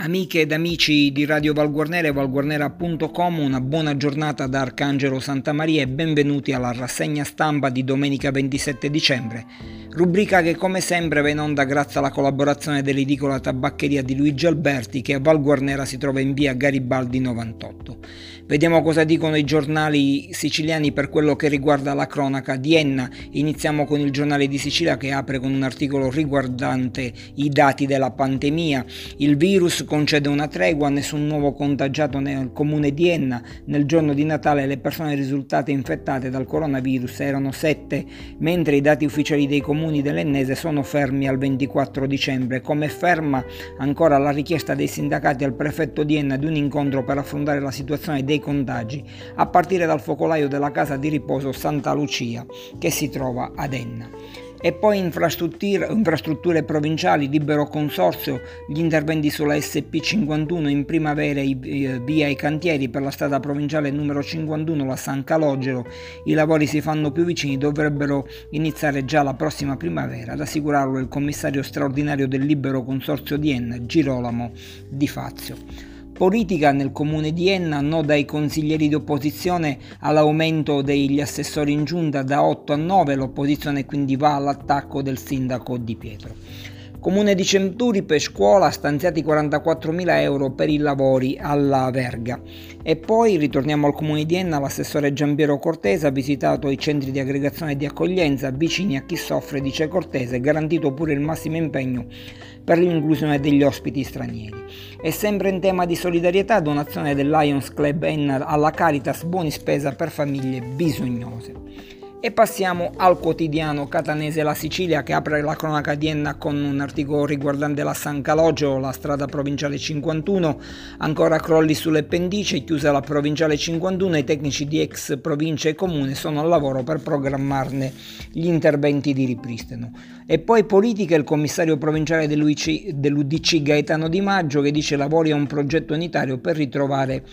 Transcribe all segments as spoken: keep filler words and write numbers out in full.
Amiche ed amici di Radio Valguarnera e valguarnera punto com, una buona giornata da Arcangelo Santamaria e benvenuti alla rassegna stampa di domenica ventisette dicembre, rubrica che come sempre va in onda grazie alla collaborazione dell'edicola tabaccheria di Luigi Alberti, che a Valguarnera si trova in via Garibaldi novantotto. Vediamo cosa dicono i giornali siciliani per quello che riguarda la cronaca di Enna. Iniziamo con il Giornale di Sicilia, che apre con un articolo riguardante i dati della pandemia. Il virus concede una tregua, nessun nuovo contagiato nel comune di Enna. Nel giorno di Natale le persone risultate infettate dal coronavirus erano sette, mentre i dati ufficiali dei comuni dell'Ennese sono fermi al ventiquattro dicembre. Come ferma ancora la richiesta dei sindacati al prefetto di Enna di un incontro per affrontare la situazione dei contagi, a partire dal focolaio della casa di riposo Santa Lucia, che si trova ad Enna. E poi infrastrutture, infrastrutture provinciali, libero consorzio, gli interventi sulla S P cinquantuno in primavera via i cantieri per la strada provinciale numero cinquantuno, la San Calogero. I lavori si fanno più vicini, dovrebbero iniziare già la prossima primavera, ad assicurarlo il commissario straordinario del libero consorzio di Enna, Girolamo Di Fazio. Politica nel comune di Enna, no dai consiglieri di opposizione all'aumento degli assessori in giunta da otto a nove, l'opposizione quindi va all'attacco del sindaco Di Pietro. Comune di Centuripe, scuola, stanziati quarantaquattromila euro per i lavori alla Verga. E poi ritorniamo al comune di Enna, l'assessore Giampiero Cortese ha visitato i centri di aggregazione e di accoglienza vicini a chi soffre, dice Cortese, garantito pure il massimo impegno per l'inclusione degli ospiti stranieri. E sempre in tema di solidarietà, donazione del Lions Club Enna alla Caritas, buoni spesa per famiglie bisognose. E passiamo al quotidiano catanese La Sicilia, che apre la cronaca di Enna con un articolo riguardante la San Calogero, la strada provinciale cinquantuno, ancora crolli sulle pendici, chiusa la provinciale cinquantuno, i tecnici di ex provincia e comune sono al lavoro per programmarne gli interventi di ripristino. E poi politica, il commissario provinciale dell'U D C Gaetano Di Maggio, che dice lavori a un progetto unitario per ritrovare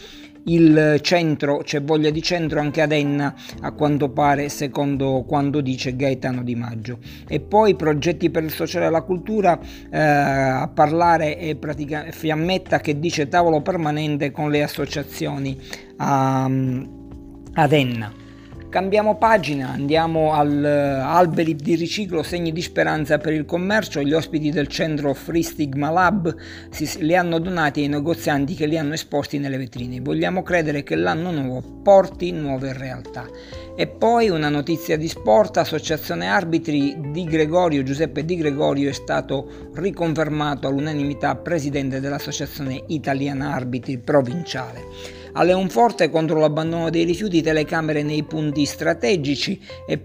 il centro, c'è voglia di centro anche ad Enna, a quanto pare, secondo quanto dice Gaetano Di Maggio. E poi progetti per il sociale e la cultura, eh, a parlare è praticamente Fiammetta, che dice tavolo permanente con le associazioni a, ad Enna. Cambiamo pagina, andiamo al alberi di riciclo, segni di speranza per il commercio. Gli ospiti del centro Free Stigma Lab si, li hanno donati ai negozianti che li hanno esposti nelle vetrine. Vogliamo credere che l'anno nuovo porti nuove realtà. E poi una notizia di sport, associazione arbitri. Di Gregorio, Giuseppe Di Gregorio è stato riconfermato all'unanimità presidente dell'associazione italiana arbitri provinciale. A Leonforte, contro l'abbandono dei rifiuti, telecamere nei punti strategici. E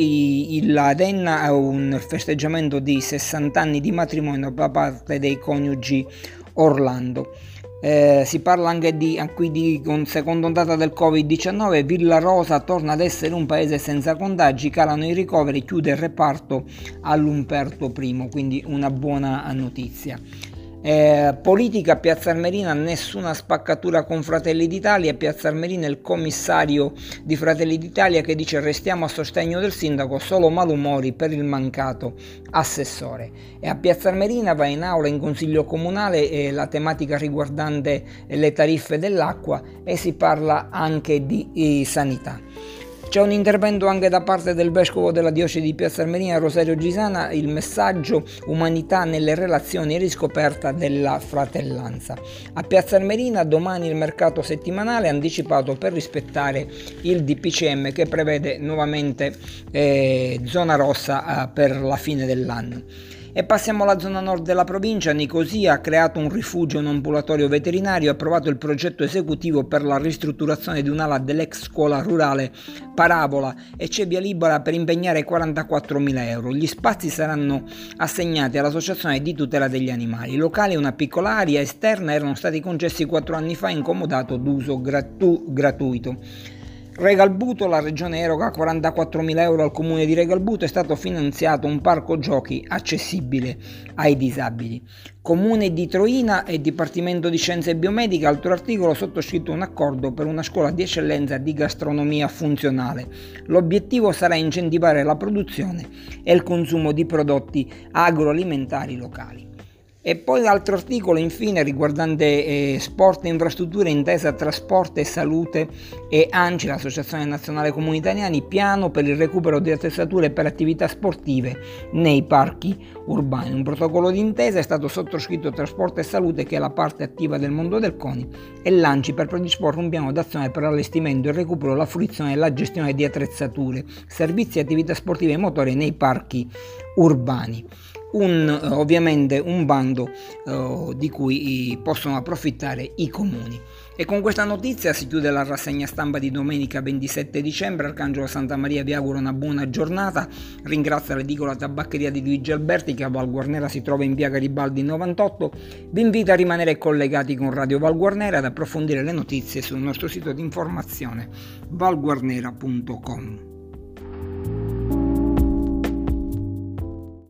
poi il Enna ha un festeggiamento di sessanta anni di matrimonio da parte dei coniugi Orlando. Eh, si parla anche di, qui di con seconda ondata del covid diciannove, Villa Rosa torna ad essere un paese senza contagi, calano i ricoveri, chiude il reparto all'Umberto I, quindi una buona notizia. Eh, politica, Piazza Armerina, nessuna spaccatura con Fratelli d'Italia. Piazza Armerina, il commissario di Fratelli d'Italia, che dice restiamo a sostegno del sindaco, solo malumori per il mancato assessore. E a Piazza Armerina va in aula in consiglio comunale eh, la tematica riguardante le tariffe dell'acqua, e si parla anche di, di sanità. C'è un intervento anche da parte del vescovo della diocesi di Piazza Armerina, Rosario Gisana, il messaggio umanità nelle relazioni e riscoperta della fratellanza. A Piazza Armerina domani il mercato settimanale anticipato per rispettare il D P C M, che prevede nuovamente eh, zona rossa eh, per la fine dell'anno. E passiamo alla zona nord della provincia. Nicosia ha creato un rifugio, un ambulatorio veterinario, ha approvato il progetto esecutivo per la ristrutturazione di un'ala dell'ex scuola rurale Parabola e c'è via libera per impegnare quarantaquattromila euro. Gli spazi saranno assegnati all'Associazione di tutela degli animali. I locali e una piccola area esterna erano stati concessi quattro anni fa in comodato d'uso gratu- gratuito. Regalbuto, la regione eroga quarantaquattromila euro al comune di Regalbuto, è stato finanziato un parco giochi accessibile ai disabili. Comune di Troina e Dipartimento di Scienze Biomediche, altro articolo, sottoscritto un accordo per una scuola di eccellenza di gastronomia funzionale. L'obiettivo sarà incentivare la produzione e il consumo di prodotti agroalimentari locali. E poi l'altro articolo infine riguardante eh, sport e infrastrutture, intesa trasporto e salute e ANCI, l'Associazione Nazionale Comuni Italiani, piano per il recupero di attrezzature per attività sportive nei parchi urbani. Un protocollo d'intesa è stato sottoscritto tra Sport e Salute, che è la parte attiva del mondo del CONI, e l'ANCI per predisporre un piano d'azione per l'allestimento, il recupero, la fruizione e la gestione di attrezzature, servizi e attività sportive e motorie nei parchi urbani. Un, ovviamente un bando uh, di cui possono approfittare i comuni. E con questa notizia si chiude la rassegna stampa di domenica ventisette dicembre. Arcangelo Santamaria vi augura una buona giornata, ringrazio l'edicola tabaccheria di Luigi Alberti, che a Val Guarnera si trova in via Garibaldi novantotto. Vi invito a rimanere collegati con Radio Val Guarnera e ad approfondire le notizie sul nostro sito di informazione val guarnera punto com.